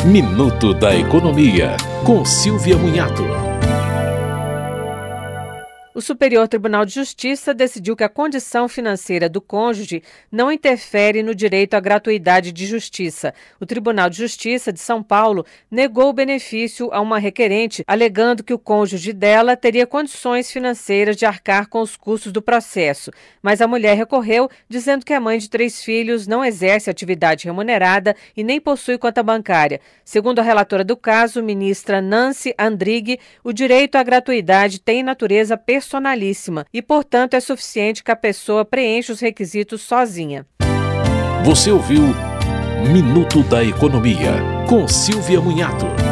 Minuto da Economia, com Silvia Munhato. O Superior Tribunal de Justiça decidiu que a condição financeira do cônjuge não interfere no direito à gratuidade de justiça. O Tribunal de Justiça de São Paulo negou o benefício a uma requerente, alegando que o cônjuge dela teria condições financeiras de arcar com os custos do processo. Mas a mulher recorreu, dizendo que a mãe de 3 filhos não exerce atividade remunerada e nem possui conta bancária. Segundo a relatora do caso, ministra Nancy Andrighi, o direito à gratuidade tem natureza personalíssima e, portanto, é suficiente que a pessoa preencha os requisitos sozinha. Você ouviu Minuto da Economia, com Silvia Munhato.